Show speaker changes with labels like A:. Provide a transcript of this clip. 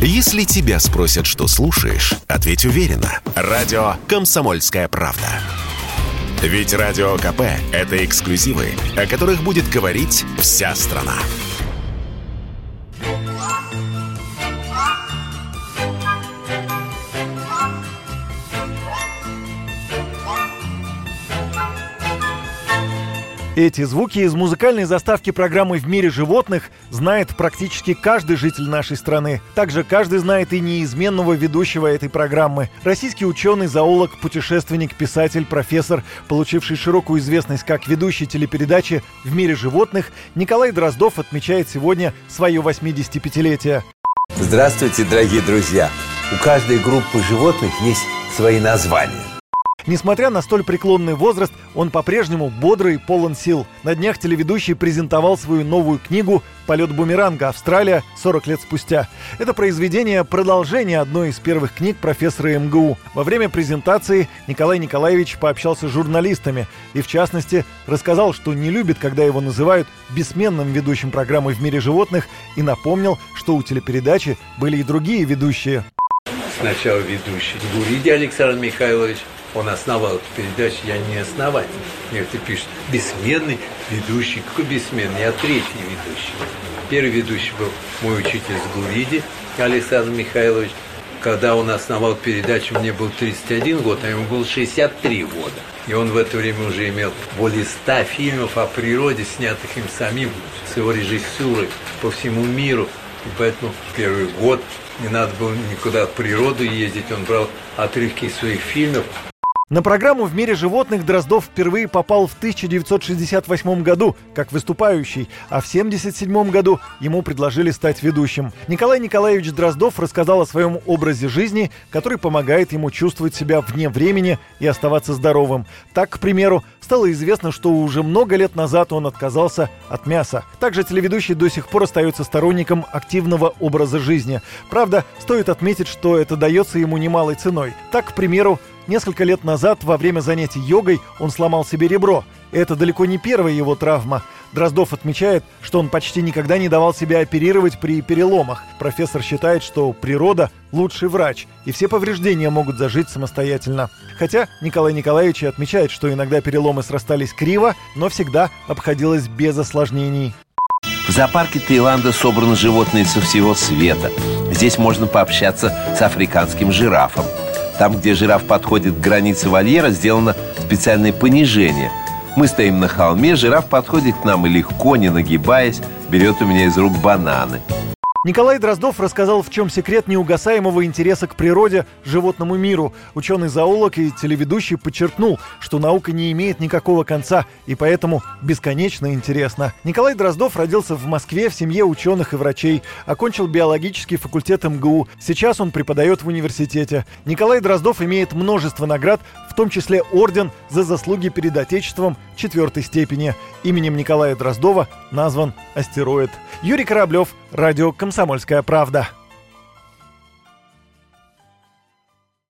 A: Если тебя спросят, что слушаешь, ответь уверенно. Радио «Комсомольская правда». Ведь Радио КП – это эксклюзивы, о которых будет говорить вся страна.
B: Эти звуки из музыкальной заставки программы «В мире животных» знает практически каждый житель нашей страны. Также каждый знает и неизменного ведущего этой программы. Российский ученый, зоолог, путешественник, писатель, профессор, получивший широкую известность как ведущий телепередачи «В мире животных», Николай Дроздов отмечает сегодня свое 85-летие.
C: Здравствуйте, дорогие друзья! У каждой группы животных есть свои названия.
B: Несмотря на столь преклонный возраст, он по-прежнему бодрый и полон сил. На днях телеведущий презентовал свою новую книгу «Полет бумеранга. Австралия. 40 лет спустя». Это произведение – продолжение одной из первых книг профессора МГУ. Во время презентации Николай Николаевич пообщался с журналистами и, в частности, рассказал, что не любит, когда его называют бессменным ведущим программы «В мире животных», и напомнил, что у телепередачи были и другие ведущие.
D: Сначала ведущий Гуриди Александр Михайлович. Он основал эту передачу, я не основатель. Некоторые пишут, бессменный ведущий. Какой бессменный? Я третий ведущий. Первый ведущий был мой учитель с Гуриди Александр Михайлович. Когда он основал передачу, мне был 31 год, а ему было 63 года. И он в это время уже имел более 100 фильмов о природе, снятых им самим, с его режиссурой по всему миру. И поэтому первый год не надо было никуда в природу ездить. Он брал отрывки из своих фильмов.
B: На программу «В мире животных» Дроздов впервые попал в 1968 году как выступающий, а в 1977 году ему предложили стать ведущим. Николай Николаевич Дроздов рассказал о своем образе жизни, который помогает ему чувствовать себя вне времени и оставаться здоровым. Так, к примеру, стало известно, что уже много лет назад он отказался от мяса. Также телеведущий до сих пор остается сторонником активного образа жизни. Правда, стоит отметить, что это дается ему немалой ценой. Так, к примеру, несколько лет назад во время занятий йогой он сломал себе ребро. Это далеко не первая его травма. Дроздов отмечает, что он почти никогда не давал себя оперировать при переломах. Профессор считает, что природа – лучший врач, и все повреждения могут зажить самостоятельно. Хотя Николай Николаевич отмечает, что иногда переломы срастались криво, но всегда обходилось без осложнений.
C: В зоопарке Таиланда собраны животные со всего света. Здесь можно пообщаться с африканским жирафом. Там, где жираф подходит к границе вольера, сделано специальное понижение. Мы стоим на холме, жираф подходит к нам и легко, не нагибаясь, берет у меня из рук бананы.
B: Николай Дроздов рассказал, в чем секрет неугасаемого интереса к природе, животному миру. Ученый-зоолог и телеведущий подчеркнул, что наука не имеет никакого конца и поэтому бесконечно интересна. Николай Дроздов родился в Москве в семье ученых и врачей, окончил биологический факультет МГУ. Сейчас он преподает в университете. Николай Дроздов имеет множество наград, в том числе орден за заслуги перед Отечеством 4-й степени. Именем Николая Дроздова назван астероид. Юрий Кораблев, радио «Комсомольская правда».